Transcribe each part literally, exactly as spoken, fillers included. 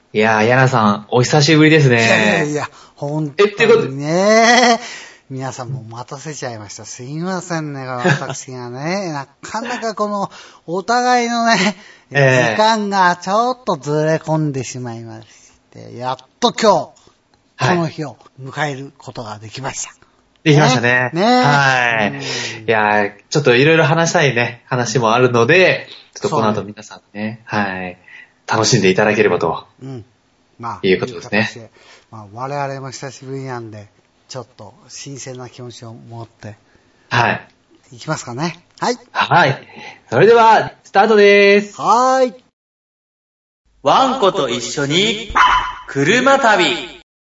いやー、ヤナさん、お久しぶりですね。 いやいやいや、ほんとにね。皆さんも待たせちゃいました。すいませんね、私がね。なかなかこの、お互いのね、 えー、 時間がちょっとずれ込んでしまいまして、やっと今日、この日を迎えることができました。 できましたね。 ね。 はい。いやー、ちょっといろいろ話したいね、話もあるので、ちょっとこの後皆さんね、はい、楽しんでいただければと。うん。まあ、いうことですね。 まあ、我々も久しぶりなんで、ちょっと新鮮な気持ちを持って、 はい。 いきますかね。はい。 はい。それでは、スタートでーす。 はーい。 ワンコと一緒に、車旅。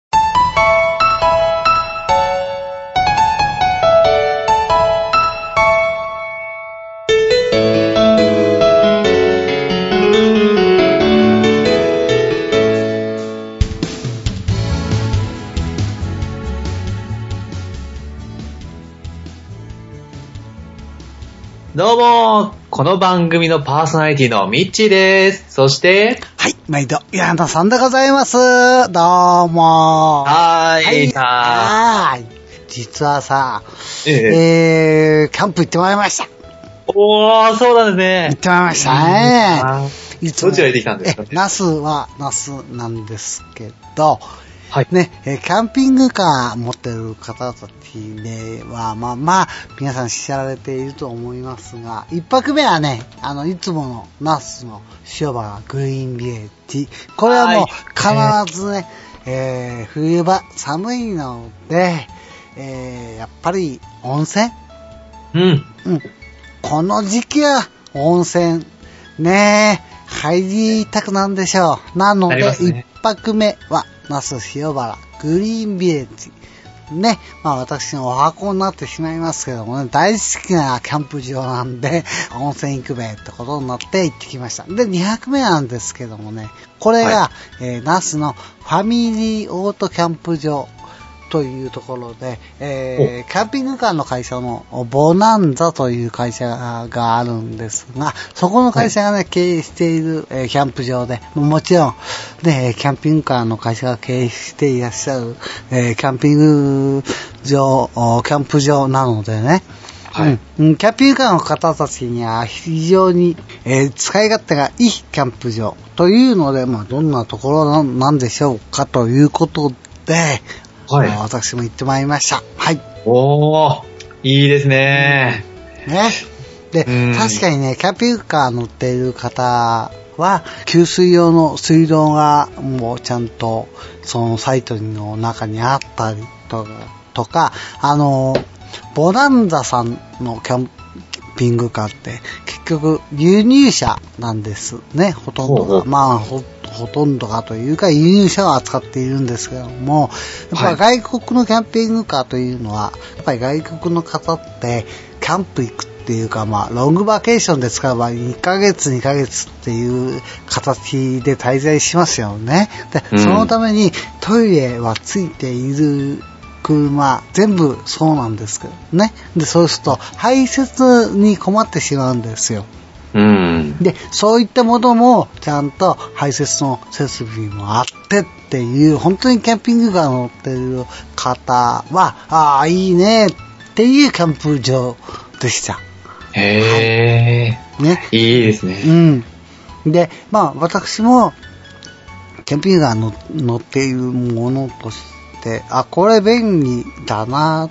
どうも、この番組のパーソナリティのミッチーです。そして、 はい、毎度、ヤナさんでございます。どうも。 はーい。はい。 はーい。実はさ、 えー、 えー、キャンプ行ってまいりました。 おー、そうなんですね。 行ってまいりましたね。 いつもどちら行ってきたんですかね。 ナスはナスなんですけど、 はい。 ね、えー、キャンピングカー持ってる方たちでは、まあまあ、皆さん知られていると思いますが、一泊目はね、あの、いつものナスの塩原グリーンビレッジ。これはもう必ずね、えー、冬場寒いので、えー、やっぱり温泉、 うん。 うん。この時期は温泉、ねえ、入りたくなんでしょう。なので、一、ね、泊目は、那須塩原グリーンビレッジ。ね。まあ私のお箱になってしまいますけどもね、大好きなキャンプ場なんで、温泉行くべってことになって行ってきました。で、二泊目なんですけどもね、これが、はい、えー、那須のファミリーオートキャンプ場というところで、えー、キャンピングカーの会社のボナンザという会社があるんですが、そこの会社がね、はい、経営している、えー、キャンプ場で、もちろん、ね、キャンピングカーの会社が経営していらっしゃる、えー、キャンピング場、キャンプ場なのでね、はい、うん、キャンピングカーの方たちには非常に、えー、使い勝手がいいキャンプ場というので、まあ、どんなところなんでしょうかということで、はい、私も行ってまいりました。はい。 おー、いいですね。 うん、ね。で、確かにね、キャンピングカー乗っている方は、給水用の水道がもうちゃんとそのサイトの中にあったりとか、とかあの、ボナンザさんのキャンピングカーって結局輸入車なんですね、ほとんどが。ほうほうまあほほとんどがというか輸入車を扱っているんですけども、やっぱり外国のキャンピングカーというのは、やっぱり外国の方ってキャンプ行くっていうか、まあロングバケーションで使う場合にかげつにかげつっていう形で滞在しますよね。で、うん、そのためにトイレはついている車全部そうなんですけどね。で、そうすると排泄に困ってしまうんですよ。うん、で、そういったものもちゃんと排泄の設備もあってっていう、本当にキャンピングカー乗ってる方は、ああ、いいねっていうキャンプ場でした。 へー。はい、ね。いいですね。 うん。で、まあ私もキャンピングカーの乗っているものとして、あ、これ便利だなって、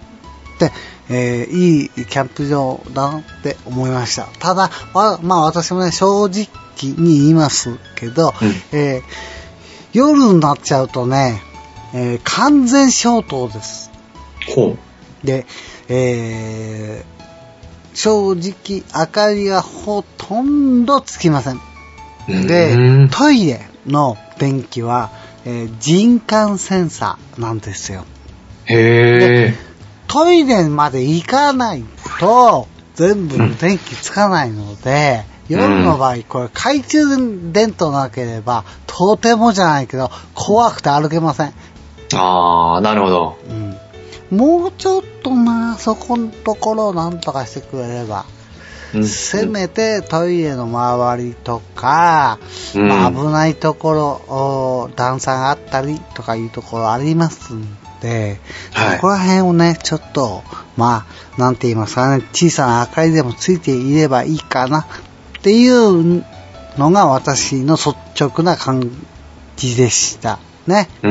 えー、いいキャンプ場だなって思いました。ただ、まあ、まあ、私もね、正直に言いますけど、うん、えー、夜になっちゃうとね、えー、完全消灯です。 ほう。で、えー、正直明かりがほとんどつきません。で、トイレの電気は、えー、人感センサーなんですよ。 へー。 トイレまで行かないと全部電気つかないので、うん、夜の場合これ懐中電灯なければとてもじゃないけど怖くて歩けません。 ああ、なるほど、 うん、もうちょっとな、そこのところをなんとかしてくれれば、うん、せめてトイレの周りとか、うん、まあ、危ないところろ段差があったりとかいうところありますんで、 はい、 そこら辺をね、ちょっと、まあ、なんて言いますかね、小さな明かりでもついていればいいかなっていうのが私の率直な感じでした。ね。 うん。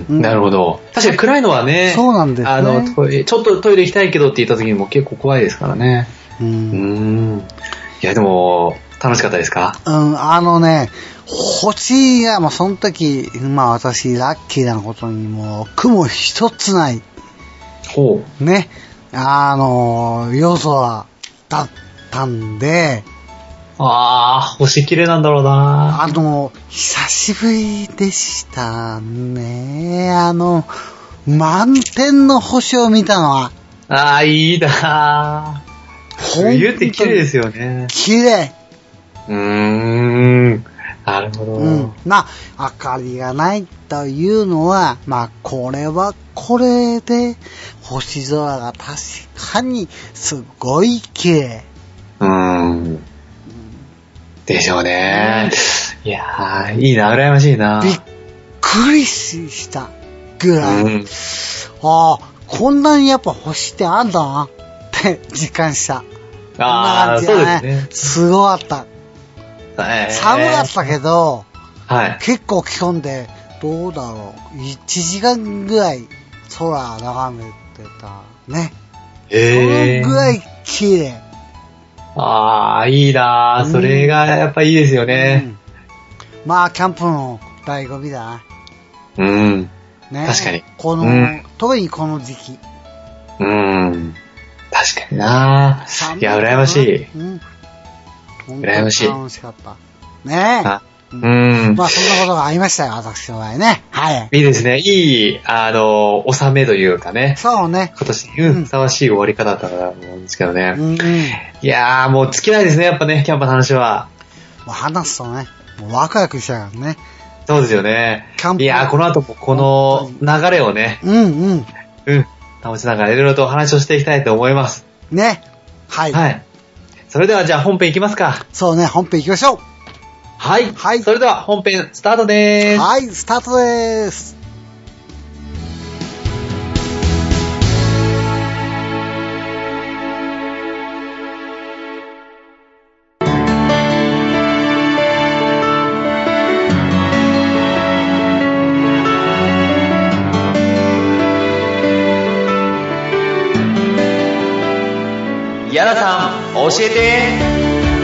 うん、なるほど。確かに暗いのはね。 そうなんですね。 あの、トイレ、ちょっとトイレ行きたいけどって言った時にも結構怖いですからね。 うん。うん。いや、でも、楽しかったですか？ うん、あのね、星が、まあ、その時、まあ、私、ラッキーなことにもう、雲一つない。 ほう。ね。あの、夜空だったんで、 ああ、星綺麗なんだろうな。 あの、久しぶりでしたね。あの、満天の星を見たのは。 ああ、いいな。冬って綺麗ですよね。 綺麗。 うーん。なるほど。 うん。まあ、明かりがないというのは、まあ、これはこれで、星空が確かにすごい綺麗。 うーん。でしょうね。いやー、いいな、羨ましいな。 びっくりしたぐらい。うん、ああ、こんなにやっぱ星ってあんだなって実感した。 ああ、そうですね。 すごかった。えー、寒かったけど、 はい、 結構着込んで、どうだろう、いちじかんぐらい空眺めてたね。 えー、 そのぐらい綺麗。 ああ、いいな、うん、それがやっぱいいですよね。うん、 まあ、キャンプの醍醐味だな。 うん。ね、確かに。 この、うん、特にこの時期。 うん。確かにな。いや、羨ましい。うん。羨ましい。 楽しかった。ねえ。 うん。 まあ、そんなことがありましたよ、私の場合ね。はい。 いいですね。いい、あの、納めというかね。 そうね。 今年、うん、ふさわしい終わり方だったと思うんですけどね。 うん、うん。 いやー、もう尽きないですね、やっぱね、キャンプの話は。 もう話すとね、もうワクワクしちゃうからね。 そうですよね。キャンプ。いやー、この後もこの流れをね。 うん、うん。 うん。保ちながらいろいろとお話をしていきたいと思います。 ね。はい。 はい。それではじゃあ本編いきますか。 そうね、本編いきましょう。 はい。 はい。 それでは本編スタートでーす。 はい、スタートでーす。 ヤナさん、教えて。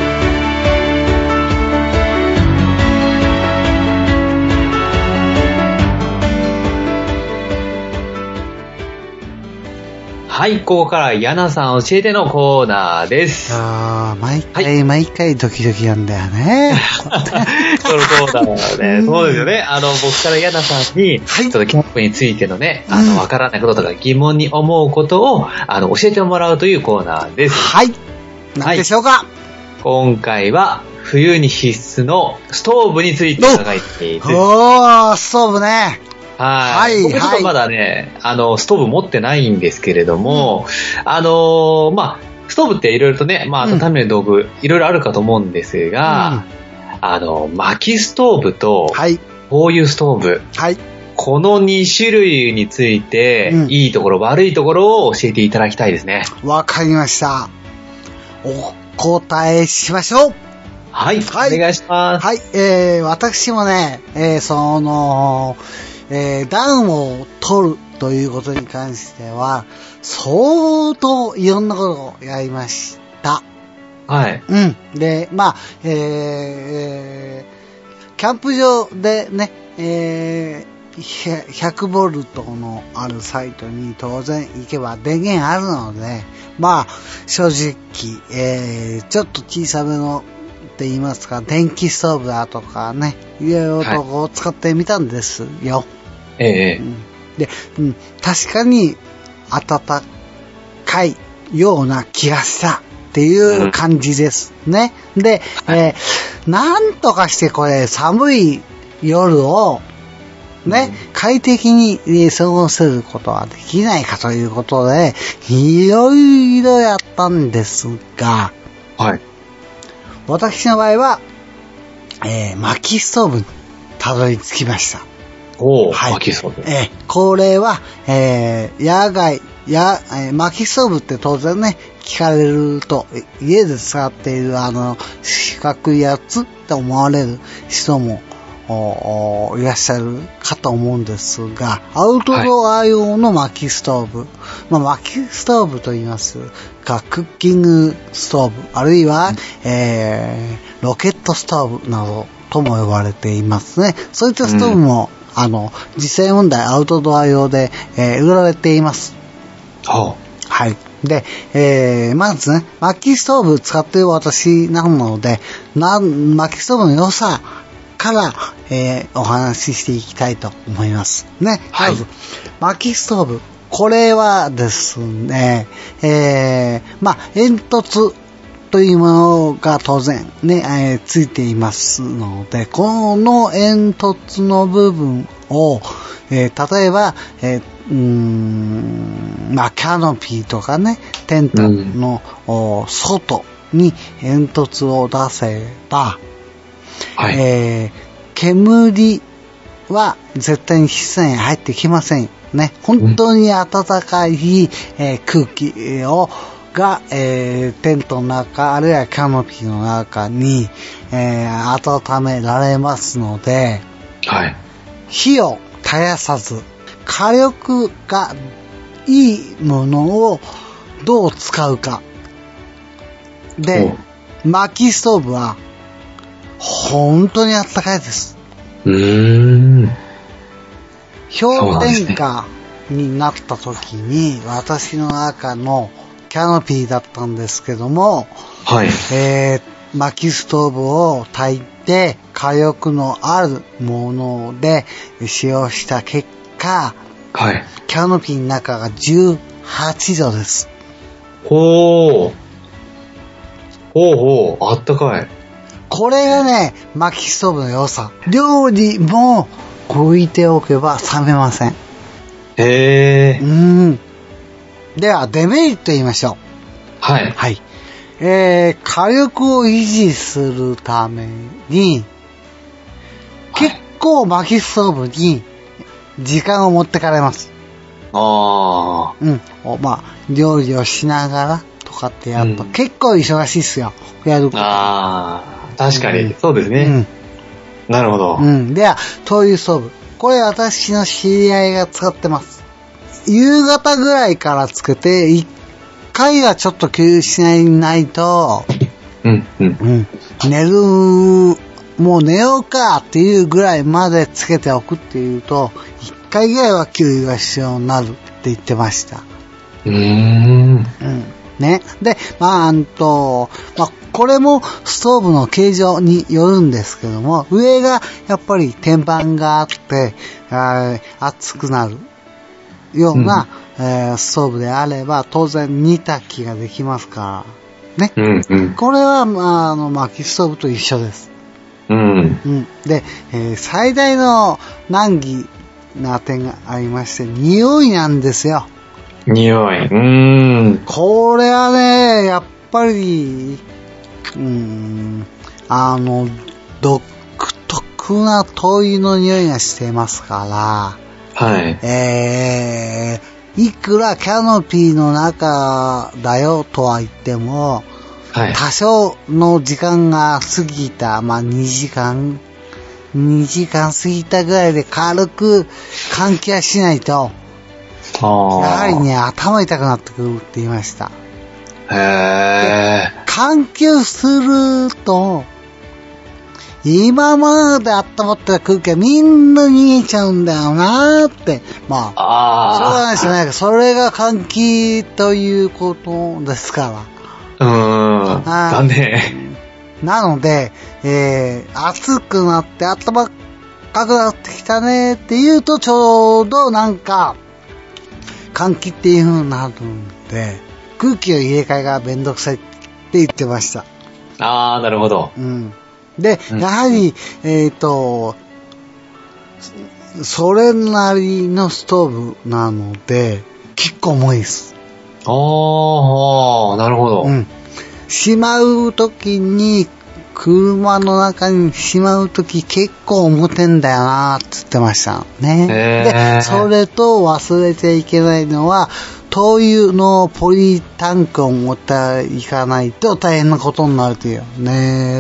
はい、ここからヤナさん教えてのコーナーです。 ああ、毎回、はい、毎回ドキドキなんだよね。 このコーナーはね、そうですよね。あの、僕からヤナさんに、はい、ちょっとキャンプについてのね、あの、わからないこととか疑問に思うことを、あの、教えてもらうというコーナーです。 はい。何でしょうか、はい、 今回は、冬に必須のストーブについて伺っていて。 おー、ストーブね。 はい。僕ちょっとまだね、あの、ストーブ持ってないんですけれども、うん、あの、まあ、ストーブっていろいろとね、まあ、温める道具、いろいろあるかと思うんですが、うん、あの、薪ストーブと、はい。灯油ストーブ。はい。このに種類について、うん、いいところ、悪いところを教えていただきたいですね。 わかりました。お答えしましょう。 はい。はい、お願いします。 はい。えー、私もね、えー、その、えー、暖を取るということに関しては、相当いろんなことをやりました。 はい。 うん。で、まあ、えー、キャンプ場でね、えー、ひゃくボルトのあるサイトに当然行けば電源あるので、まあ、正直、えー、ちょっと小さめのって言いますか、電気ストーブだとかね、いろいろとこう使ってみたんですよ。 ええ、 うん、で、うん、確かに暖かいような気がしたっていう感じですね。うん、で、えー、なんとかしてこれ寒い夜をね、うん、快適に過ごせることはできないかということで、いろいろやったんですが、 はい。 私の場合は、えー、薪ストーブにたどり着きました。 おー、 はい、 薪ストーブ。 えー、これは、えー、野外、や、えー、薪ストーブって当然ね、聞かれると、家で使っているあの、四角いやつって思われる人も、いらっしゃるかと思うんですが、アウトドア用の薪ストーブ、はい、まあ、薪ストーブと言いますか、クッキングストーブ、あるいは、うん、えー、ロケットストーブなどとも呼ばれていますね。そういったストーブも、うん、あの、実際問題アウトドア用で、えー、売られています。 はあ、 はい。で、えー、まずね、薪ストーブ使っている私なので、な、薪ストーブの良さから、えー、お話ししていきたいと思います。ね。はい。まず、薪ストーブ。これはですね、えー、まあ、煙突というものが当然ね、えー、ついていますので、この煙突の部分を、えー、例えば、えー、うーん、まあ、キャノピーとかね、テントの、うん、外に煙突を出せば、はい、えー、煙は絶対に室内に入ってきませんね。本当に暖かい、えー、空気をが、えー、テントの中あるいはキャノピーの中に、えー、温められますので、はい、火を絶やさず火力がいいものをどう使うかで、薪ストーブは本当にあったかいです。うーん。氷点下になった時に私の中のキャノピーだったんですけども、はい。えー、薪ストーブを焚いて火力のあるもので使用した結果、はい。キャノピーの中がじゅうはちどです。 ほー。ほうほう、あったかい。 これがね、薪ストーブの良さ。料理も置いておけば冷めません。へー。うん。では、デメリット言いましょう。はい。はい。えー、火力を維持するために、はい、結構薪ストーブに時間を持ってかれます。ああ。うん。まあ、料理をしながらとかってやると、うん、結構忙しいっすよ。やること。ああ、確かに、うん、そうですね。うん。なるほど。 うん。では、灯油ストーブ。これ私の知り合いが使ってます。夕方ぐらいからつけて、一回はちょっと休止しないと、うん、うん。うん。寝る、もう寝ようかっていうぐらいまでつけておくっていうと、一回ぐらいは給油が必要になるって言ってました。うーん。うん。ね。で、まあ、あんと、まあ、これもストーブの形状によるんですけども、上がやっぱり天板があって、あ熱くなるような、うんえー、ストーブであれば、当然煮炊きができますから、ね。うんうん、これは、まあ、あの、薪ストーブと一緒です。うん。うん、で、えー、最大の難儀な点がありまして、匂いなんですよ。 匂い。うーん。 これはね、やっぱり、うーん、あの、独特な灯油の匂いがしてますから、はい。えー、いくらキャノピーの中だよとは言っても、はい、多少の時間が過ぎた、まあにじかん、にじかん過ぎたぐらいで軽く換気はしないと、やはりね、頭痛くなってくるって言いました。へー。換気をすると、今まで温まってた空気がみんな逃げちゃうんだよなーって。まあ、そうなんですよね。それが換気ということですから。うーん。だね。なので、えー、暑くなって暖かくなってきたねって言うとちょうどなんか、換気っていう風になるんで、空気の入れ替えがめんどくさいって言ってました。 あー、なるほど。 うん。で、うん、やはり、えっと、それなりのストーブなので、結構重いです。 あー、なるほど。うん。 しまうときに、 車の中にしまうとき結構重てんだよなーって言ってましたね。で、それと忘れちゃいけないのは、灯油のポリタンクを持っていかないと大変なことになるというねって。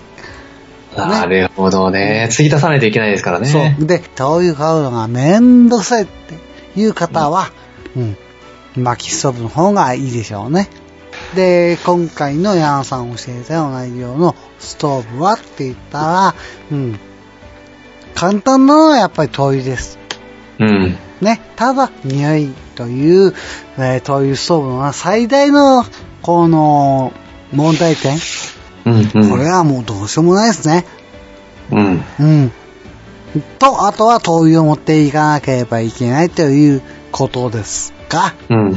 なるほどね。継ぎ足さないといけないですからね。 そう。で、灯油買うのがめんどくさいっていう方は、うん、うん、薪ストーブの方がいいでしょうね。で、今回のヤンさん教えたような内容のストーブはって言ったら、うん、簡単なのはやっぱり灯油です。 うん。 ね、ただ、匂いという、えー、灯油ストーブの最大の、この、問題点。 うんうん、 これはもうどうしようもないですね。 うん。 うん。と、あとは灯油を持っていかなければいけないということですが。 うん。うん。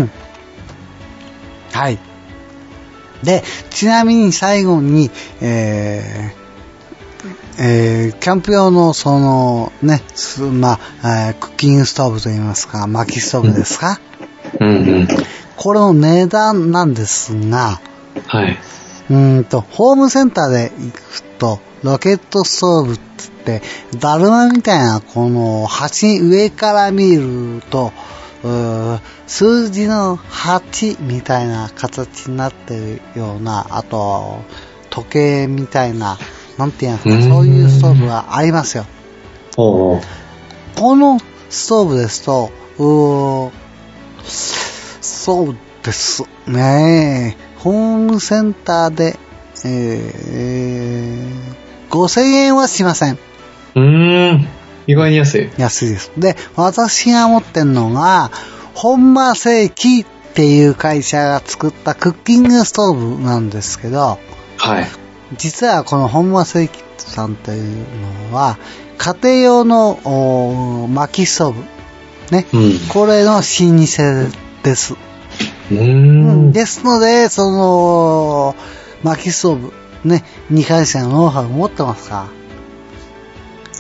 はい。で、ちなみに最後に、えー、えー、キャンプ用のそのね、まあ、えー、クッキングストーブといいますか、薪ストーブですか、 うんうん、 これの値段なんですが、 はい。 うんと、ホームセンターで行くと、ロケットストーブって言って、だるまみたいな、この、端、上から見ると、数字のはちみたいな形になってるような、あと、時計みたいな、なんていうんですか、そういうストーブがありますよ。 おうおう、 このストーブですと、うそうですね、ホームセンターで、えー、ごせんえんはしません。 うーん、意外に安い。 安いです。で、私が持ってるのが、本間製機っていう会社が作ったクッキングストーブなんですけど、 はい。 実はこの本間製機さんというのは、家庭用の薪ストーブ、ね、うん、これの老舗です。 うーん、 ですので、その、薪ストーブ、ね、に関してのノウハウを持ってますから。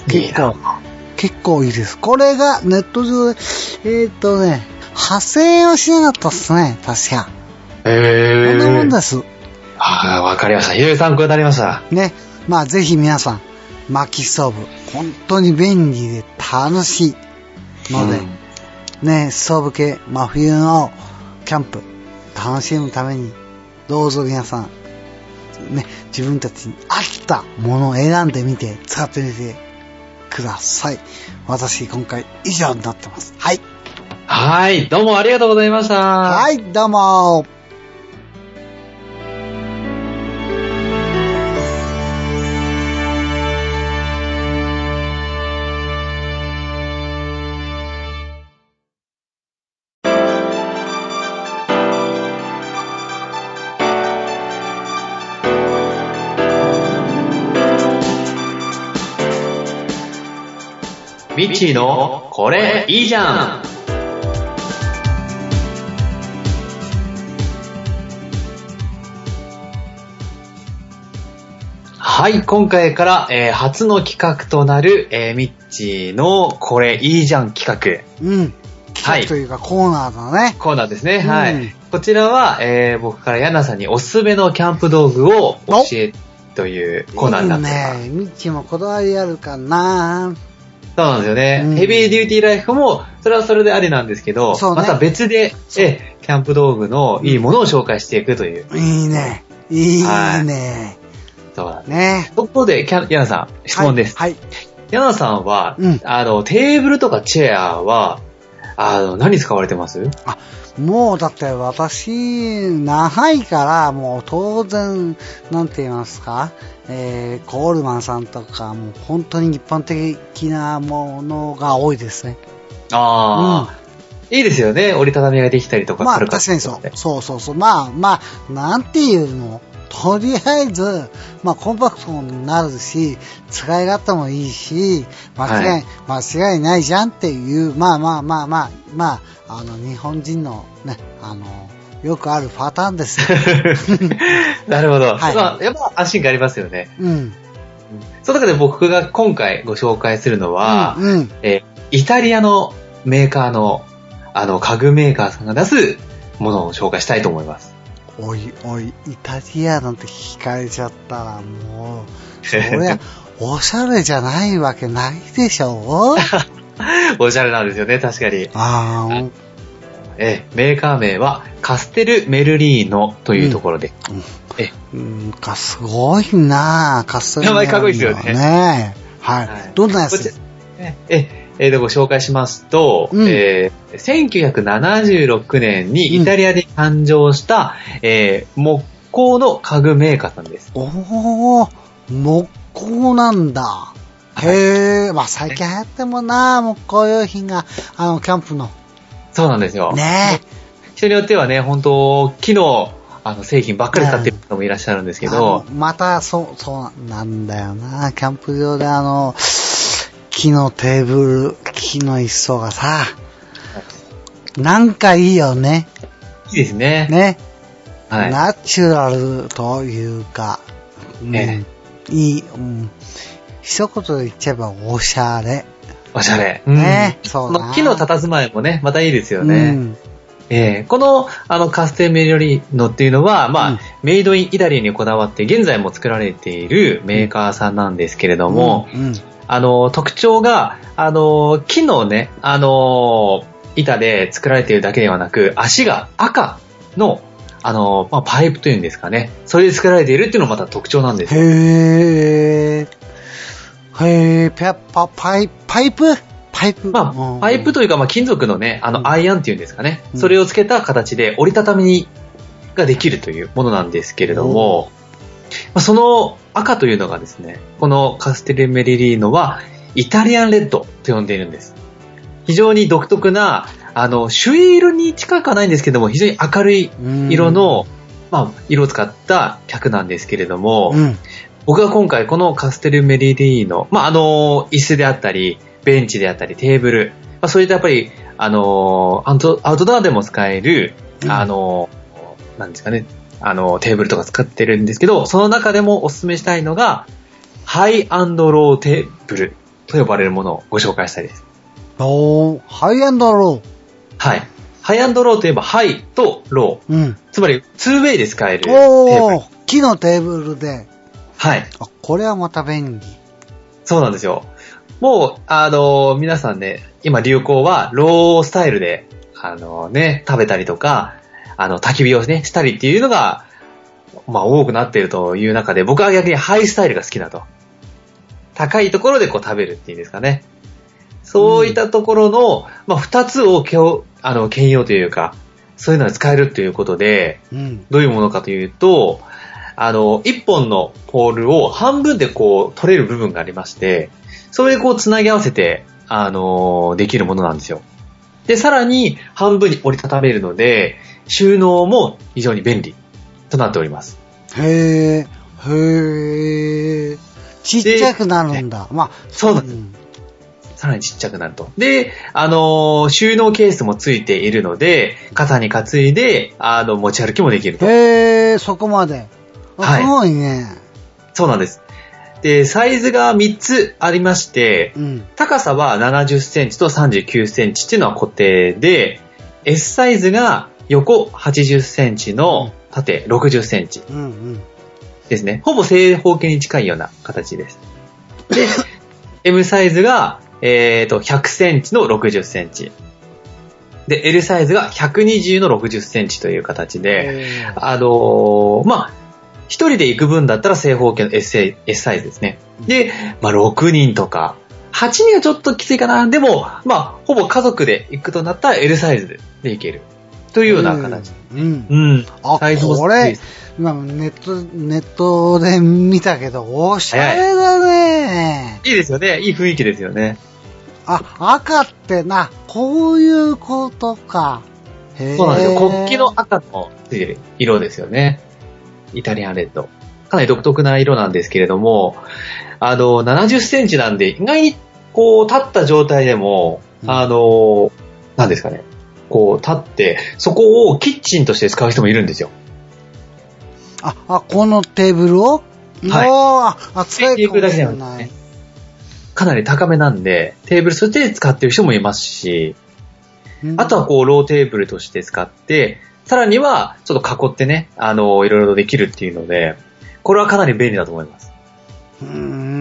結構、結構いいです。これがネット上で、えーっとね、はっせんえんはしなかったっすね、確か。 へー。 こんなもんです。 ああ、わかりました。非常に参考になりました。 ね。まあぜひ皆さん、薪ストーブ、本当に便利で楽しいので、うん、ね、ストーブ系、真冬のキャンプ、楽しむために、どうぞ皆さん、ね、自分たちに合ったものを選んでみて、使ってみてください。私、今回以上になってます。はい。 はい、どうもありがとうございました。 はい、どうも。 ミッチーのこれいいじゃん。はい、今回から、えー、初の企画となる、えー、ミッチーのこれいいじゃん企画。 うん。企画というか、はい、コーナーだね。 コーナーですね。うん、はい。こちらは、えー、僕からヤナさんにおすすめのキャンプ道具を教えというコーナーになってます。 いいね。ミッチーもこだわりあるかな。 そうなんですよね、うん。ヘビーデューティーライフも、それはそれでありなんですけど、ね、また別で、え、キャンプ道具のいいものを紹介していくという。 いいね。いいね。はい、 そうだね。そこで、ヤナさん、質問です。 はい。はい、 ヤナさんは、うん、あの、テーブルとかチェアは、あの、何使われてます？ あ、もうだって私、長いから、もう当然、なんて言いますか、えー、コールマンさんとか、もう本当に一般的なものが多いですね。 ああ、うん、いいですよね。折りたたみができたりとかするから。 まあ確かにそう。そうそうそう。まあまあ、なんていうの、とりあえず、まあコンパクトになるし、使い勝手もいいし、間違い、はい、間違いないじゃんっていう、まあまあまあまあ、まあ、あの、日本人のね、あの、よくあるパターンですよ。 なるほど。はい、まあ、やっぱ安心感ありますよね。 うん。 その中で僕が今回ご紹介するのは、 うんうん、 えイタリアのメーカーの、あの、家具メーカーさんが出すものを紹介したいと思います。 おいおい、イタリアなんて聞かれちゃったらもう、そりゃ、おしゃれじゃないわけないでしょおしゃれなんですよね、確かに。 ああ。 え、メーカー名はカステルメルリーノというところで。 うん、え、うん、かすごいなぁ、カステルメルリーノ。 名前かっこいいですよね。 ねはい、はい。どんなやつですか？ え、えー、でご紹介しますと、うん、えー、せんきゅうひゃくななじゅうろくねんにイタリアで誕生した、うん、えー、木工の家具メーカーさんです。 おー、木工なんだ。へえ、まあ最近流行ってもな、木工用品が、あの、キャンプの。 そうなんですよ。 ねえ。 人によってはね、本当木の、あの、製品ばっかり使ってる方もいらっしゃるんですけど。 また、そう、そうなんだよな。キャンプ場であの、木のテーブル、木の椅子がさ、なんかいいよね。 いいですね。 ね。 はい。 ナチュラルというか、 ね、 うん、いい、うん、一言で言っちゃえばおしゃれ。 おしゃれ。 ね、 うん、 そうな。 木の佇まいもね、またいいですよね。うん、えー、この、あの、カステルメリオリーノっていうのは、まあ、うん、メイドインイタリアにこだわって、現在も作られているメーカーさんなんですけれども、うんうん、あの、特徴が、あの、木のね、あの、板で作られているだけではなく、足が赤の、あの、まあ、パイプというんですかね。それで作られているっていうのもまた特徴なんですよ。 へー。へー、パ、パ、パイ、パイプパイプまあ、パイプというか、まあ、金属のね、あの、アイアンっていうんですかね。うん、それをつけた形で折りたたみができるというものなんですけれども、まあ、その赤というのがですね、このカステルメリリーノは、イタリアンレッドと呼んでいるんです。非常に独特な、あの、朱色に近くはないんですけども、非常に明るい色の、まあ、色を使った客なんですけれども、うん、僕が今回このカステルメリリーノ、まあ、あの、椅子であったり、ベンチであったり、テーブル、まあ、そういったやっぱり、あの、アウト、アウトドアでも使える、うん、あの、なんですかね、あの、テーブルとか使ってるんですけど、その中でもお勧めしたいのが、ハイ&ローテーブルと呼ばれるものをご紹介したいです。 おー、ハイ&ロー。 はい。ハイ&ローといえば、ハイとロー。うん。つまり、ツーウェイで使えるテーブル。 木のテーブルで。 はい。 あ、これはまた便利。 そうなんですよ。もう、あの、皆さんね、今流行は、ロースタイルで、あのね、食べたりとか、あの、焚き火をね、したりっていうのが、まあ、多くなっているという中で、僕は逆にハイスタイルが好きだと。高いところでこう食べるっていうんですかね。そういったところの、うん、まあ、二つをけお、あの、兼用というか、そういうのが使えるということで、うん、どういうものかというと、あの、一本のポールを半分でこう取れる部分がありまして、それでこう繋ぎ合わせて、あの、できるものなんですよ。で、さらに半分に折りたためるので、収納も非常に便利となっております。 へー、へー。ちっちゃくなるんだ。まあ、 そうなんです。うん、さらにちっちゃくなると。で、あの、収納ケースもついているので、肩に担いで、あの、持ち歩きもできると。 へー、そこまで。はい。すごいね。 そうなんです。で、サイズがみっつありまして、うん、高さはななじゅっセンチとさんじゅうきゅうセンチっていうのは固定で、S サイズが横はちじゅっセンチの縦ろくじゅっセンチですね。ほぼ正方形に近いような形です。で、M サイズが、えーと、ひゃくセンチのろくじゅっセンチ。で、L サイズがひゃくにじゅうのろくじゅっセンチという形で、あのー、まあ、一人で行く分だったら正方形の S, S サイズですね。で、まあ、ろくにんとか、はちにんはちょっときついかな。でも、まあ、ほぼ家族で行くとなったら L サイズで行ける。というような形。 うん。うん。あ、サイズもこれ、今ネット、ネットで見たけど、おしゃれだね。 いいですよね。いい雰囲気ですよね。 あ、赤ってな、こういうことか。 へー。そうなんですよ。国旗の赤のついてる色ですよね。イタリアンレッド。かなり独特な色なんですけれども、あの、ななじゅっセンチなんで、意外にこう、立った状態でも、うん、あの、何ですかね。こう、立って、そこをキッチンとして使う人もいるんですよ。 あ、あ、このテーブルをはい。 あ、使えるかもしれない。 かなり高めなんで、テーブルとして使ってる人もいますし、うん、あとはこう、ローテーブルとして使って、 さらには、ちょっと囲ってね、あの、いろいろできるっていうので、これはかなり便利だと思います。 うー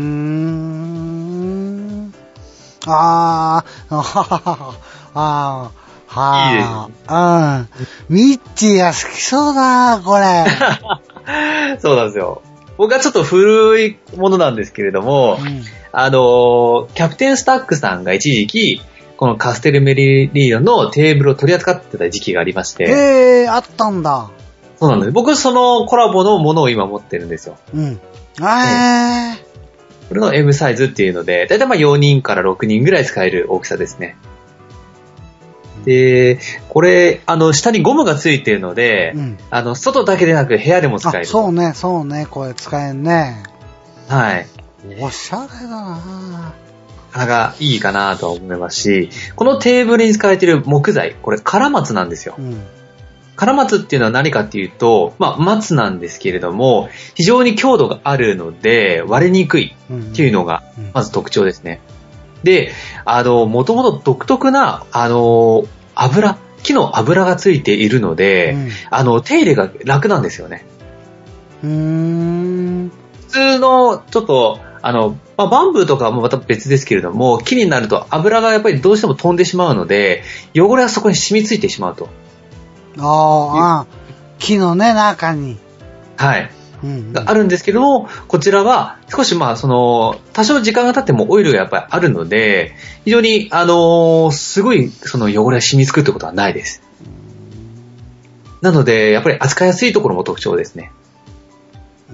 ん。あー、あははは、あー、はー。いいです。うん。ミッチーが好きそうだ、これ。 そうなんですよ。僕はちょっと古いものなんですけれども、うん、あの、キャプテンスタックさんが一時期、このカステルメリリードのテーブルを取り扱ってた時期がありまして。 へえー、あったんだ。 そうなんです。僕そのコラボのものを今持ってるんですよ。 うん。えー。 これの M サイズっていうので、だいたいまあよにんからろくにんぐらい使える大きさですね。で、これ、あの、下にゴムがついてるので、うん、あの、外だけでなく部屋でも使える。 そうね、そうね、これ使えんね。 はい。 おしゃれだななかなかいいかなと思いますし、このテーブルに使われている木材、これカラマツなんですよ。うん、カラマツっていうのは何かっていうと、まあ、松なんですけれども、非常に強度があるので、割れにくいっていうのが、まず特徴ですね。うんうん、で、あの、もともと独特な、あの、油、木の油がついているので、うん、あの、手入れが楽なんですよね。 うーん。 普通の、ちょっと、あの、まあ、バンブーとかもまた別ですけれども、木になると油がやっぱりどうしても飛んでしまうので、汚れがそこに染みついてしまうと。 ああ、木のね、中に。 はい。うんうん、があるんですけども、こちらは少しまあ、その、多少時間が経ってもオイルがやっぱりあるので、非常に、あのー、すごいその汚れが染みつくってことはないです。なので、やっぱり扱いやすいところも特徴ですね。 うん、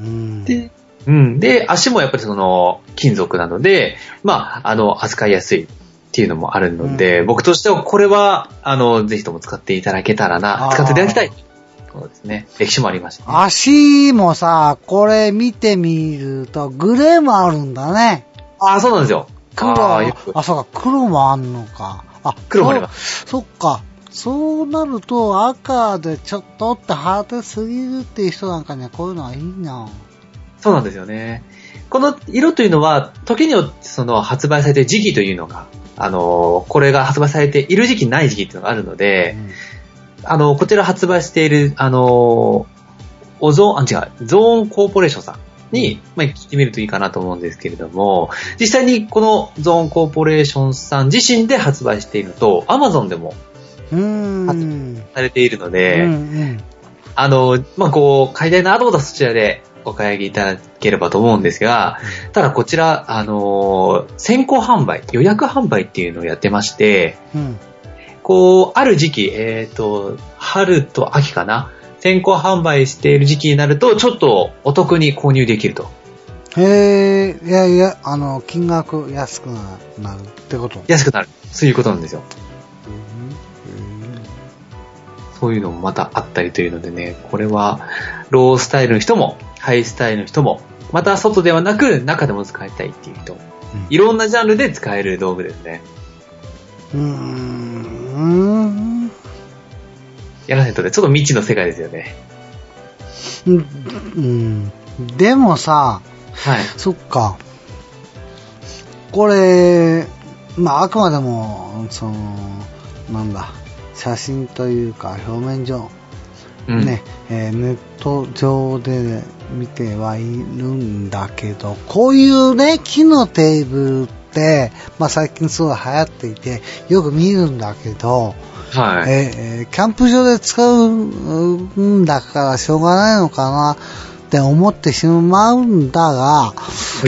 で、うん。で、足もやっぱりその、金属なので、まあ、あの、扱いやすいっていうのもあるので、うん、僕としてはこれは、あの、ぜひとも使っていただけたらな、使っていただきたい。そうですね。歴史もありました、ね。 足もさ、これ見てみると、グレーもあるんだね。 ああ、そうなんですよ。 黒、あ, あ、そうか、黒もあんのか。あ、 黒もあります。 そ, そっか。そうなると、赤でちょっとって派手すぎるっていう人なんかにはこういうのはいいな。 そうなんですよね。この色というのは、時によってその発売されている時期というのが、あの、これが発売されている時期ない時期っていうのがあるので、うん、あの、こちら発売している、あの、オゾーン、あ、違う、ゾーンコーポレーションさんに、まあ、聞いてみるといいかなと思うんですけれども、実際にこのゾーンコーポレーションさん自身で発売していると、Amazon でも発売されているので、うんうん、あの、まあ、こう、買いたいなと思ったらそちらでお買い上げいただければと思うんですが、ただこちら、あの、先行販売、予約販売っていうのをやってまして、うん、こう、ある時期、えっと、春と秋かな、先行販売している時期になると、ちょっとお得に購入できると。 へえ、いやいや、あの、金額安くなるってこと？ 安くなる。そういうことなんですよ。そういうのもまたあったりというのでね、これはロースタイルの人もハイスタイルの人も、また外ではなく中でも使いたいっていう人、うん、いろんなジャンルで使える道具ですね。 うーん。 やらせとでちょっと未知の世界ですよね。 うん。うん、でもさ、 はい。 そっか。これ、まああくまでもそのなんだ。写真というか表面上、うん、ね、えー、ネット上で見てはいるんだけど、こういうね木のテーブルって、まあ、最近すごい流行っていてよく見るんだけど、 はい、 えー、キャンプ場で使うんだからしょうがないのかなって思ってしまうんだが、はい、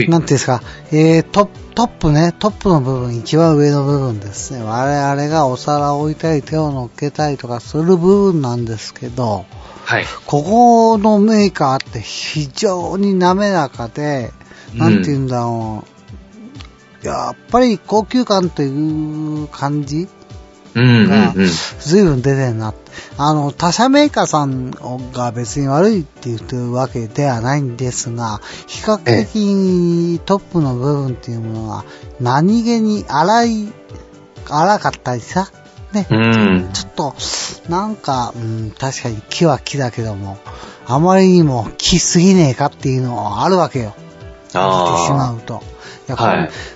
なんていうんですか、えー、トップトップね、トップの部分、一番上の部分ですね。我々がお皿を置いたり手を乗っけたりとかする部分なんですけど、 はい、 ここのメーカーって非常に滑らかで、うん、なんて言うんだろう、やっぱり高級感という感じが随分出てるなって。あの、他社メーカーさんが別に悪いって言ってるわけではないんですが、比較的トップの部分っていうものは何気に荒い、荒かったりさ、ね、 うん、 ちょっと、なんか、うん、確かに木は木だけども、あまりにも木すぎねえかっていうのはあるわけよ。見てしまうと。いや、はい、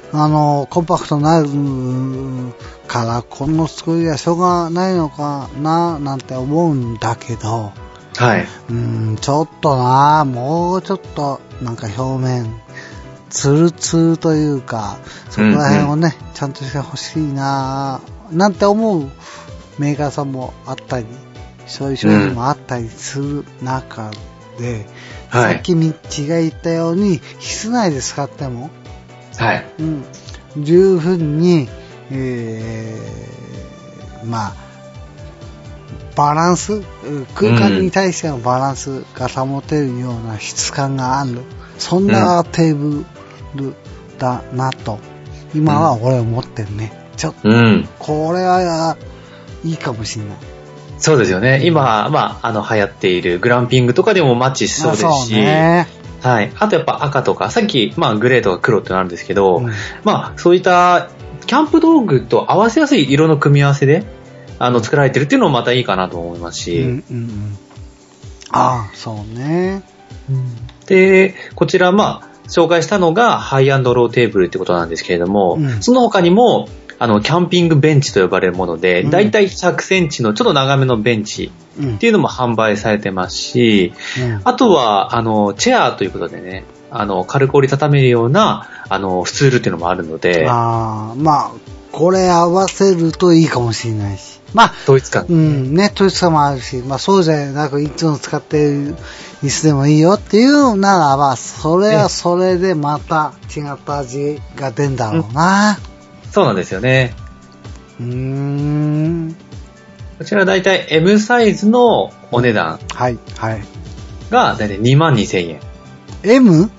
あの、コンパクトになるから、この作りはしょうがないのかな、なんて思うんだけど、 はい。 うん、ちょっとな、もうちょっと、なんか表面、ツルツルというか、そこら辺をね、うんうん、ちゃんとしてほしいな、なんて思うメーカーさんもあったり、そういう商品もあったりする中で、うん、さっきみっちが言ったように、室内で使っても、 はい。 うん。十分に、えー、まあ、バランス、空間に対してのバランスが保てるような質感がある。そんなテーブルだなと、今は俺は思ってるね。ちょっと、うん、これはいいかもしれない。 そうですよね。今、まあ、あの、流行っているグランピングとかでもマッチしそうですし、 そうね。 はい。あとやっぱ赤とか、さっき、まあグレーとか黒ってなるんですけど、うん、まあそういったキャンプ道具と合わせやすい色の組み合わせで、あの、作られてるっていうのもまたいいかなと思いますし。うんうんうん、 ああ、そうね、 うん。で、こちら、まあ、紹介したのがハイアンドローテーブルってことなんですけれども、うん、その他にも、あの、キャンピングベンチと呼ばれるもので、うん、だいたいひゃくセンチのちょっと長めのベンチっていうのも販売されてますし、うん、あとは、あの、チェアということでね、あの、軽く折りたためるような、あの、スツールっていうのもあるので。 ああ、まあ、これ合わせるといいかもしれないし。まあ、 統一感。 うん、ね、統一感もあるし、まあそうじゃなく、いつも使っている椅子でもいいよっていうならば、それはそれでまた違った味が出んだろうな。 うん、そうなんですよね。 うーん。 こちらだいたい エム サイズのお値段。 はい、はい。 がだいたいにまんにせんえん。 M？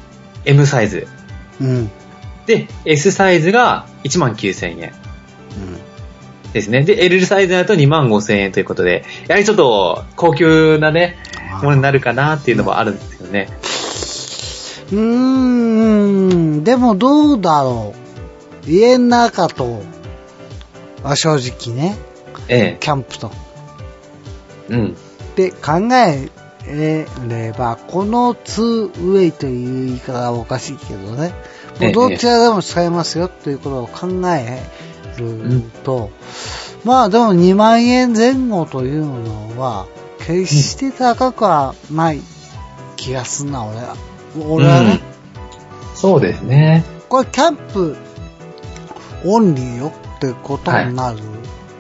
M サイズ。 うん。 で、S サイズがいちまんきゅうせんえん。うん。ですね。で、L サイズだとにまんごせんえんということで、やはりちょっと高級なね、ものになるかなっていうのもあるんですよね。 うーん、でもどうだろう。家の中と、は正直ね、 ええ、 キャンプと。 うん。 で考えれば、このツーウェイという言い方はおかしいけどね、もうどちらでも使えますよということを考えると、うん、まあでもにまんえんぜん後というのは、決して高くはない気がすんな、俺は。俺はね、 うん。そうですね。 これキャンプオンリーよってことになる。はい、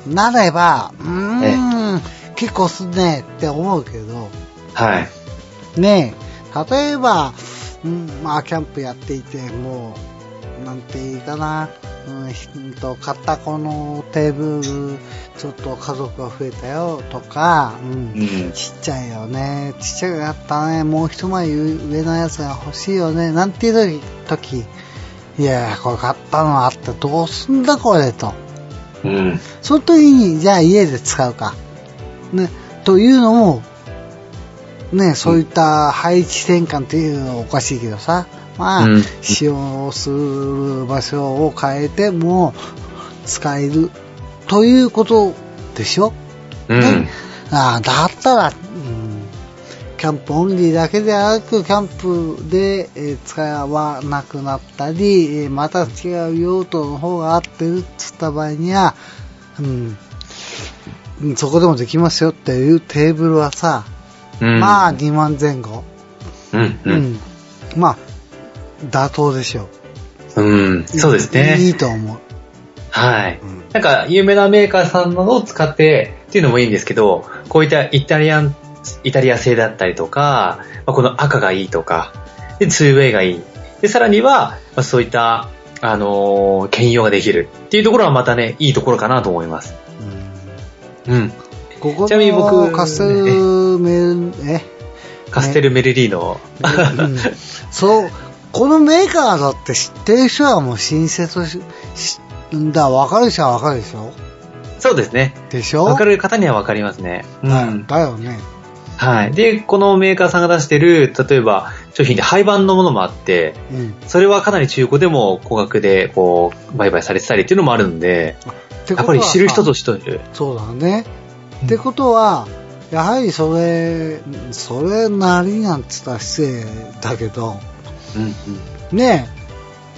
なれば、うーん、結構すんねって思うけど、 はい。 ねえ、例えば、うん、まあ、キャンプやっていて、もう、なんていいかな、うん、と、買ったこのテーブル、ちょっと家族が増えたよ、とか、うん、うん、ちっちゃいよね、ちっちゃくなったね、もう一枚上のやつが欲しいよね、なんていう時、いや、これ買ったのあってどうすんだこれと。 うん。 その時に、じゃあ家で使うか。ね、というのも、ね、そういった配置転換っていうのはおかしいけどさ、まあ、うん、使用する場所を変えても使えるということでしょ、 うん、 ね、あだったら、うん、キャンプオンリーだけではなく、キャンプで、えー、使わなくなったり、えー、また違う用途の方が合ってるっつった場合には、うん、そこでもできますよっていうテーブルはさ、うん、まあにまんぜん後、 うんうんうん、 まあ妥当でしょう。うん、そうですね。 いいと思う。 はい、うん。なんか有名なメーカーさんのを使ってっていうのもいいんですけど、こういったイタリアンイタリア製だったりとか、まあ、この赤がいいとか、でツーウェイがいい。でさらには、まあ、そういったあのー、兼用ができるっていうところはまたねいいところかなと思います。うん。うんここちなみに僕カステルメルえカステルメルリーノ、 うん、そうこのメーカーだって知ってる人はもう親切しだ分かる人は分かるでしょ。 そうですね。 でしょ。 分かる方には分かりますね。 うん、だよね。 はい。でこのメーカーさんが出してる例えば商品で廃盤のものもあって、うん、それはかなり中古でも高額でこう売買されてたりっていうのもあるんで、やっぱり知る人と知る。 そうだね。ってことは、やはりそれ、それなりなんて言ったら失礼だけど、 うんうん、 ね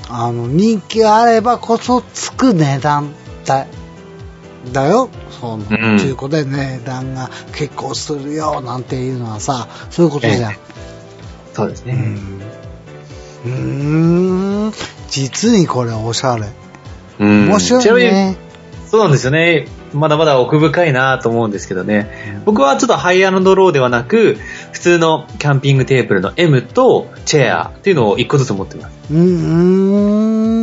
あの、人気があればこそつく値段だ、だよ。その、中古で値段が結構するよ、なんていうのはさ、そういうことじゃん。 ええ、そうですね。 うん。うーん。実にこれおしゃれ。 うん。 面白いね。 そうなんですよね。まだまだ奥深いなと思うんですけどね。うん、僕はちょっとハイアンドローではなく、普通のキャンピングテーブルの M とチェアっていうのを一個ずつ持ってます。 うん。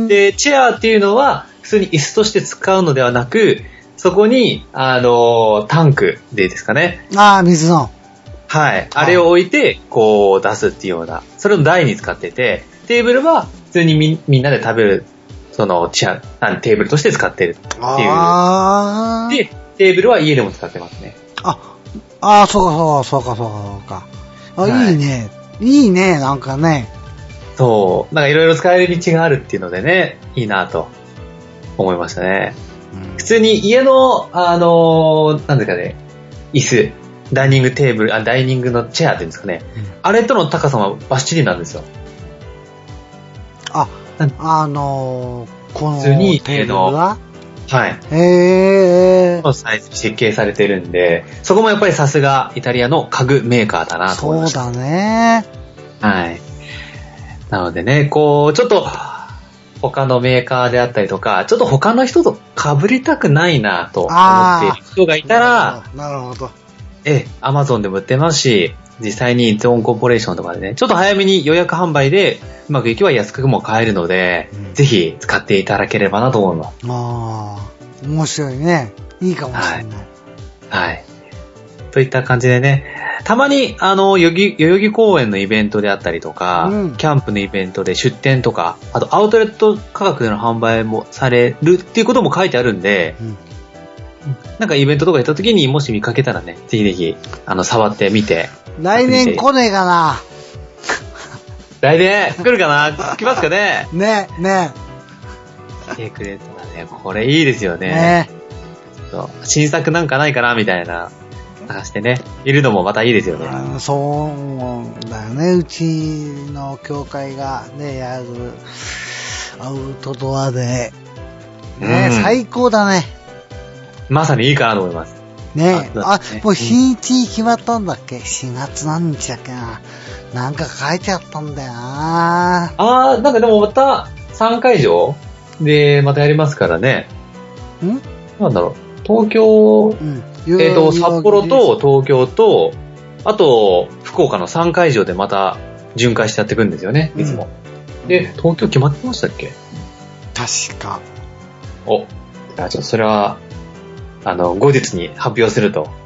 で、チェアっていうのは普通に椅子として使うのではなく、そこに、あの、タンクでいいですかね。 ああ、水の。 はい。あれを置いて、こう出すっていうような、それを台に使ってて、テーブルは普通に み, みんなで食べる、そのチェア、テーブルとして使ってるっていう。 あで、テーブルは家でも使ってますね。 あ、ああ、そうかそうかそうかそうか。あ、はい、いいね。いいね、なんかね。 そう。なんかいろいろ使える道があるっていうのでね、いいなと思いましたね。うん、普通に家の、あのー、なんですかね、椅子、ダイニングテーブル、あ、ダイニングのチェアっていうんですかね。うん、あれとの高さはバッチリなんですよ。 あ、あのー、この普通にテーブルははい。 へー。サイズに設計されてるんで、そこもやっぱりさすがイタリアの家具メーカーだなと思いました。 そうだね。 はい。なのでね、こう、ちょっと、他のメーカーであったりとか、ちょっと他の人と被りたくないなと思っている人がいたら、 なるほど。 ええ、Amazon でも売ってますし、実際にゾーンコーポレーションとかでね、ちょっと早めに予約販売でうまくいけば安くも買えるので、うん、ぜひ使っていただければなと思います。 ああ、面白いね。いいかもしれない。 はい。はい。といった感じでね、たまに、あの、代々木、代々木公園のイベントであったりとか、うん、キャンプのイベントで出店とか、あとアウトレット価格での販売もされるっていうことも書いてあるんで、うん、なんかイベントとか行った時にもし見かけたらね、ぜひぜひ、あの、触ってみて。 来年来ねえかな。 来年来るかな来ますかね。 ねえ、ねえ。来てくれたらね、これいいですよね。ねそう新作なんかないかなみたいな。探してね、いるのもまたいいですよね。 あ、そうだよね。うちの教会がね、やるアウトドアで、ね、うん、最高だね。 まさにいいかなと思います。 ねえ、あ、もう日にち決まったんだっけ ?しがつ何日だっけな。なんか書いてあったんだよな。 あー、なんかでもまたさんかいじょうでまたやりますからね。 んなんだろう。東京、うんえっと、札幌と東京と、あと、福岡のさんかいじょうでまた巡回してやっていくんですよね、いつも。うん、で、東京決まってましたっけ？ 確か。 お、じゃあちょっとそれは、あの、後日に発表すると。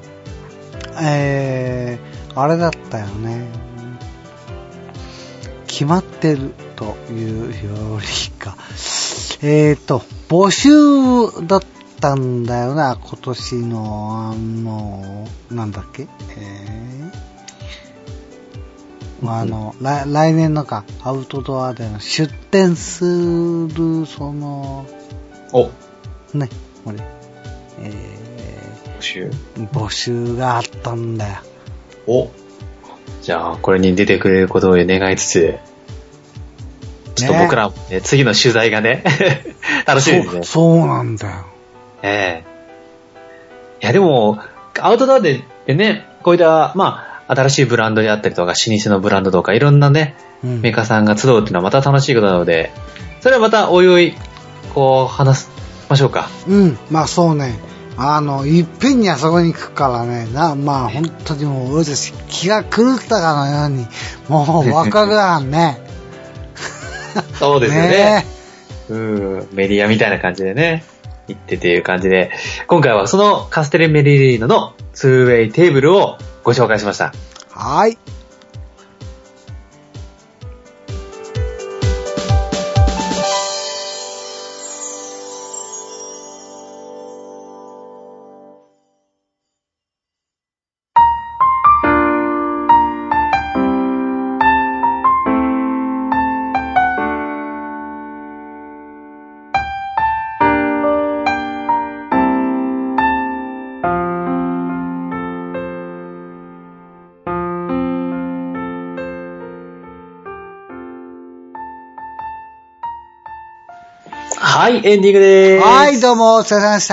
えー、あれだったよね。決まってるというよりか、えっと、募集だったたんだよな、今年の、あの、なんだっけ、えー、あの、うん、来、来年のか、アウトドアでの出店する、その、 お、 ね、これ、えー、募集募集があったんだよ。 お、じゃあ、これに出てくれることを願いつつ、ちょっと僕らもね、ね次の取材がね、楽しいですね。 そう、そうなんだよ。 ええー。いや、でも、アウトドアでね、こういった、まあ、新しいブランドであったりとか、老舗のブランドとか、いろんなね、うん、メーカーさんが集うっていうのはまた楽しいことなので、それはまたおいおい、こう、話しましょうか。 うん、まあそうね。あの、いっぺんにあそこに行くからね、な、まあ本当にもう、俺たち気が狂ったかのように、もうわかるわね。 そうですよね。ねうん、メディアみたいな感じでね。行ってっていう感じで、今回はそのカステレメリリーノのツーウェイテーブルをご紹介しました。 はい。 はい、エンディングでーす。 はい、どうも、お疲れ様でした。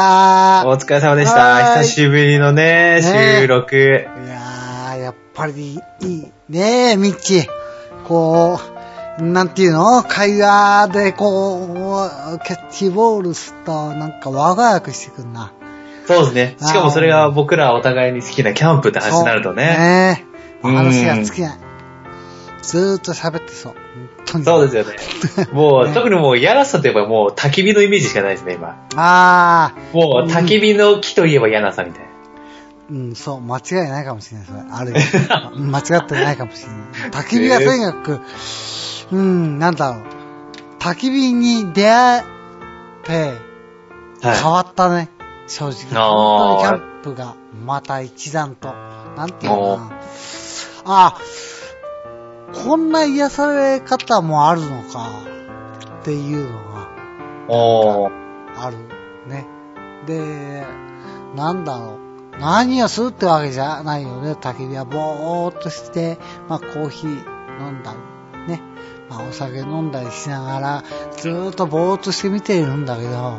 お疲れ様でした。久しぶりのね、ね収録。いやー、やっぱりいいねえ、ミッチ。こう、なんていうの会話でこう、キャッチボールすると、なんかワクワクしてくんな。 そうですね。しかもそれが僕らお互いに好きなキャンプって話になるとね。 ねえ。話が尽きない。ずーっと喋ってそう。 そうですよね。もう、ね、特にもう、やらさといえばもう、焚き火のイメージしかないですね、今。 ああ。 もう、焚き火の木といえばやなさみたいな。 うん、そう、間違いないかもしれない、それ。ある意味。間違ってないかもしれない。焚き火はとにかく、うん、なんだろう。焚き火に出会って、変わったね、はい、正直。本当にキャンプが、また一段と、なんていうのかな。ああ。こんな癒され方もあるのかっていうのがあるね。で、なんだろう。何をするってわけじゃないよね。焚き火はぼーっとして、まあコーヒー飲んだり、ね。まあお酒飲んだりしながら、ずーっとぼーっとして見ているんだけど、はい。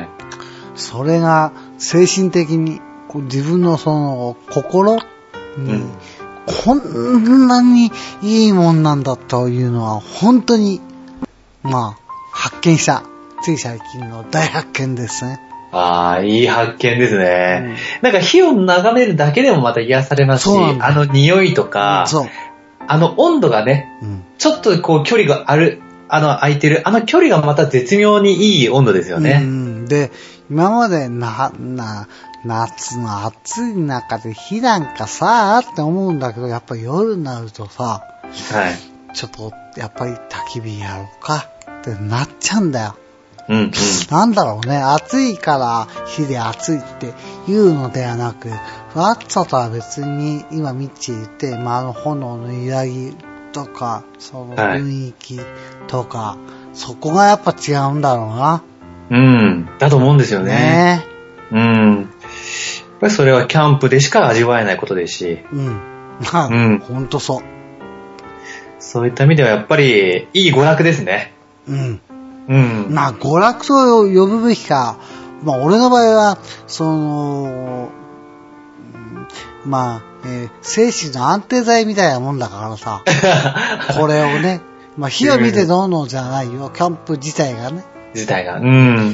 それが精神的に、こう自分のその心に、うんこんなにいいもんなんだというのは本当に、まあ、発見した。つい最近の大発見ですね。 ああ、いい発見ですね、うん。なんか火を眺めるだけでもまた癒されますし、あの匂いとか、そうあの温度がね、うん、ちょっとこう距離がある、あの空いてる、あの距離がまた絶妙にいい温度ですよね。 うん、で、今までな、な、夏の暑い中で火なんかさーって思うんだけど、やっぱり夜になるとさ、はい。ちょっと、やっぱり焚き火やろうかってなっちゃうんだよ。うん、うん。なんだろうね、暑いから火で暑いっていうのではなく、暑さとは別に、今ミッチー言って、まあ、あの炎の揺らぎとか、その雰囲気とか、はい、そこがやっぱ違うんだろうな。 うん、だと思うんですよね。ねうん。やっぱりそれはキャンプでしか味わえないことですし。うん。 まあ、うん。ほんとそう。 そういった意味ではやっぱりいい娯楽ですね。 うん。うん。まあ、娯楽と呼ぶべきか。まあ、俺の場合は、その、まあ、えー、精神の安定剤みたいなもんだからさ。これをね。まあ、火を見てどうのじゃないよ。キャンプ自体がね。 自体が。うん。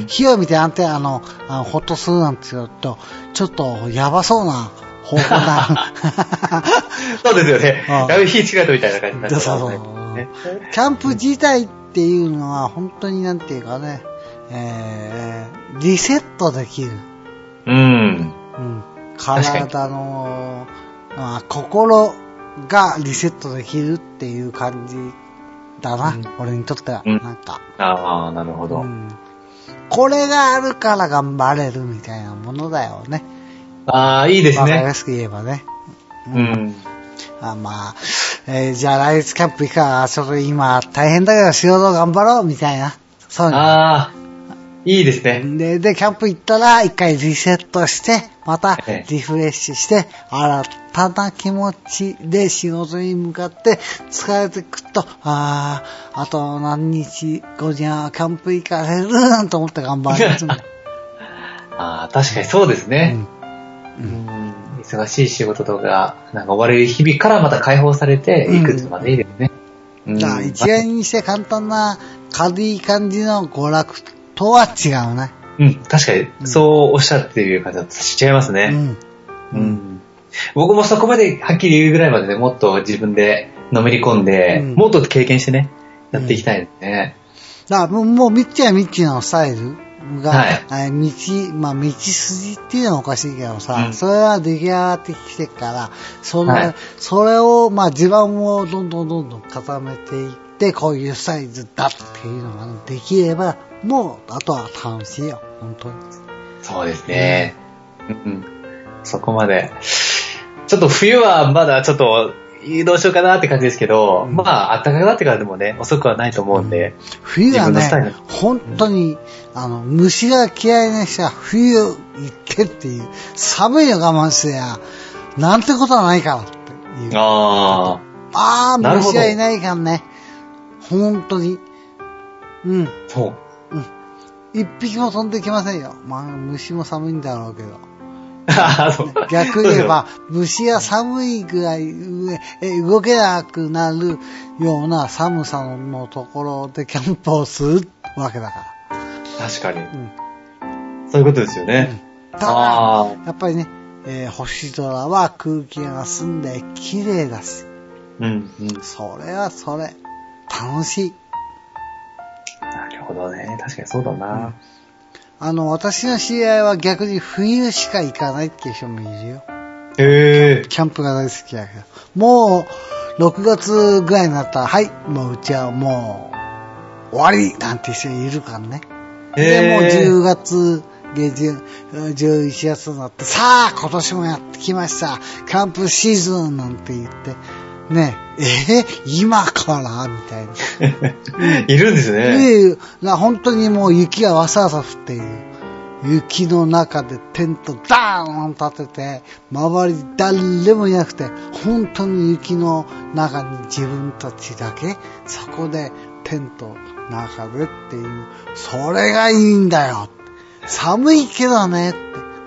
火を見て安定、あの、あのほっとするなんて言うと、ちょっとやばそうな方法だ。 そうですよね。だいぶ火違うみたいな感じになっちゃう、ね。そうそう。 ね、キャンプ自体っていうのは本当になんていうかね、えー、リセットできる。うん。うん。体の、まあ、心がリセットできるっていう感じ。だな、うん、俺にとっては、うん、なんか。 ああ、なるほど、うん。 これがあるから頑張れるみたいなものだよね。 ああ、いいですね。わかりやすく言えばね。うん。うん、あまあ、えー、じゃあ来月キャンプ行くから、ちょっと今大変だけど仕事頑張ろうみたいな。そういうの。ああ、 いいですね。 で、で、キャンプ行ったら一回リセットして、またリフレッシュして、新たな気持ちで仕事に向かって疲れてくっと、ああ、あと何日後にはキャンプ行かれるなんて思って頑張るんだ。 ああ、確かにそうですね。うんうん、忙しい仕事とか、なんか追われる日々からまた解放されていくってまでいいですね。 うん、だから一概にして簡単な軽い感じの娯楽とは違うね。 うん、確かに、そうおっしゃっている感じはしちゃいますね。うん。うん。僕もそこまではっきり言うぐらいまでね、もっと自分でのめり込んで、うん、もっと経験してね、やっていきたいですね。 うん、だからもう、もうミッチはミッチのスタイルが、はい、道、まあ道筋っていうのはおかしいけどさ、うん、それは出来上がってきてから、その、はい、それを、まあ地盤をどんどんどんどん固めていって、こういうスタイルだっていうのができれば、もう、あとは楽しいよ、本当に。 そうですね。うん。そこまで。ちょっと冬はまだちょっと、どうしようかなって感じですけど、うん、まあ、暖かくなってからでもね、遅くはないと思うんで。うん、 冬はね、本当に、あの、虫が嫌いな人は冬行けっていう、寒いの我慢してや、なんてことはないからっていう。ああ。ああ、虫がいないからね。本当に。うん。そう。うん。 一匹も飛んできませんよ。まあ、虫も寒いんだろうけど。 逆に言えば、虫が寒いぐらい動けなくなるような寒さのところでキャンプをするわけだから。 確かに。うん、そういうことですよね。 うん、ただ、やっぱりね、えー、星空は空気が澄んで綺麗だし。 うんうん。 それはそれ、楽しい。 なるほどね。確かにそうだな。うん、 あの、私の知り合いは逆に冬しか行かないっていう人もいるよ。 へー。 キャンプが大好きだけど。もう、ろくがつぐらいになったら、はい、もううちはもう、終わりなんて人いるからね。で、もうじゅうがつ下旬、じゅういちがつになって、さあ、今年もやってきました。キャンプシーズンなんて言って、ねえ、えー、今からみたいな。 いるんですね。 な本当にもう雪がわさわさ降っている。雪の中でテントダーン立てて、周り誰もいなくて、本当に雪の中に自分たちだけ、そこでテント中でっていう、それがいいんだよ。寒いけどねって。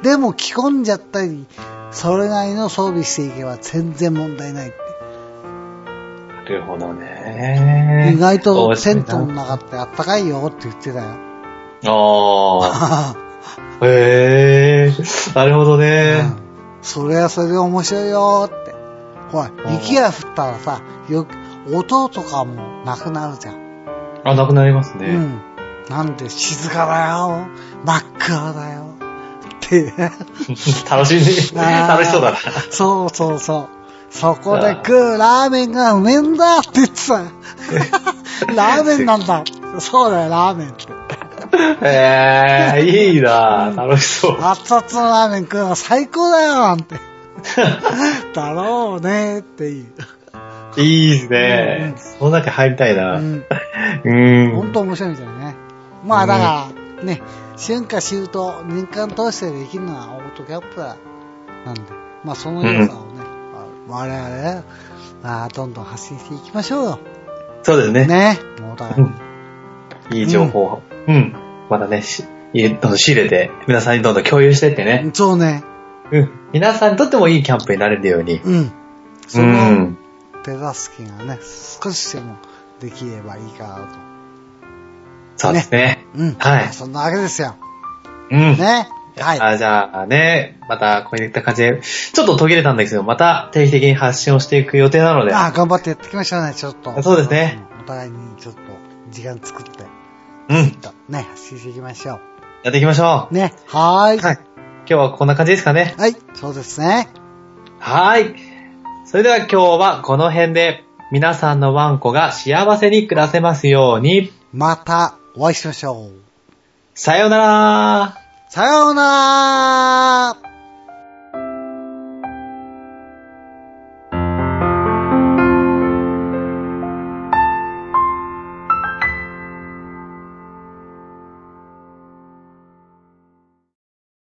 でも着込んじゃったり、それなりの装備していけば全然問題ないって。 なるほどね。 意外とテントの中ってあったかいよって言ってたよ。 ああ。へえー。なるほどね、うん。 それはそれで面白いよって。ほら、雪が降ったらさ、よ音とかもなくなるじゃん。 あ、なくなりますね。 うん。なんで静かだよ。真っ暗だよ。って。 楽しいね。楽しそうだな。 そうそうそう。そこで食うラーメンがうめえんだって言ってた。ラーメンなんだ。そうだよ、ラーメンって。 えー、いいなぁ、楽しそう。 熱々のラーメン食うの最高だよ、なんて。だろうねっていう。 いいですね。うん、その中入りたいな。うん。 うん。ほんと面白いみたいね。まあだから、ね、春夏秋冬、年間通してできるのはオートキャンプだ。なんで、まあその良さをね、うん、我々ね、まあ、どんどん発信していきましょうよ。 そうですね。 ね。もうだから、 うん。いい情報を。うん。うん、まだね、し、どんどん仕入れて、皆さんにどんどん共有してってね。 そうね。 うん。皆さんにとってもいいキャンプになれるように。 うん。その、うん、手助けがね、少しでもできればいいかなと。 そうですね。 うん。 はい。 そんなわけですよ。 うん。 ね。はい。 あ、じゃあね、またこういった感じで、ちょっと途切れたんですけど、また定期的に発信をしていく予定なので。 ああ、頑張ってやっていきましょうね、ちょっと。 そうですね。 お互いにちょっと時間作って。 うん。 ね、発信していきましょう。 やっていきましょう。ね。はーい。 はい。今日はこんな感じですかね。 はい。そうですね。 はーい。それでは今日はこの辺で、皆さんのワンコが幸せに暮らせますように。 またお会いしましょう。 さようなら。 さようなら。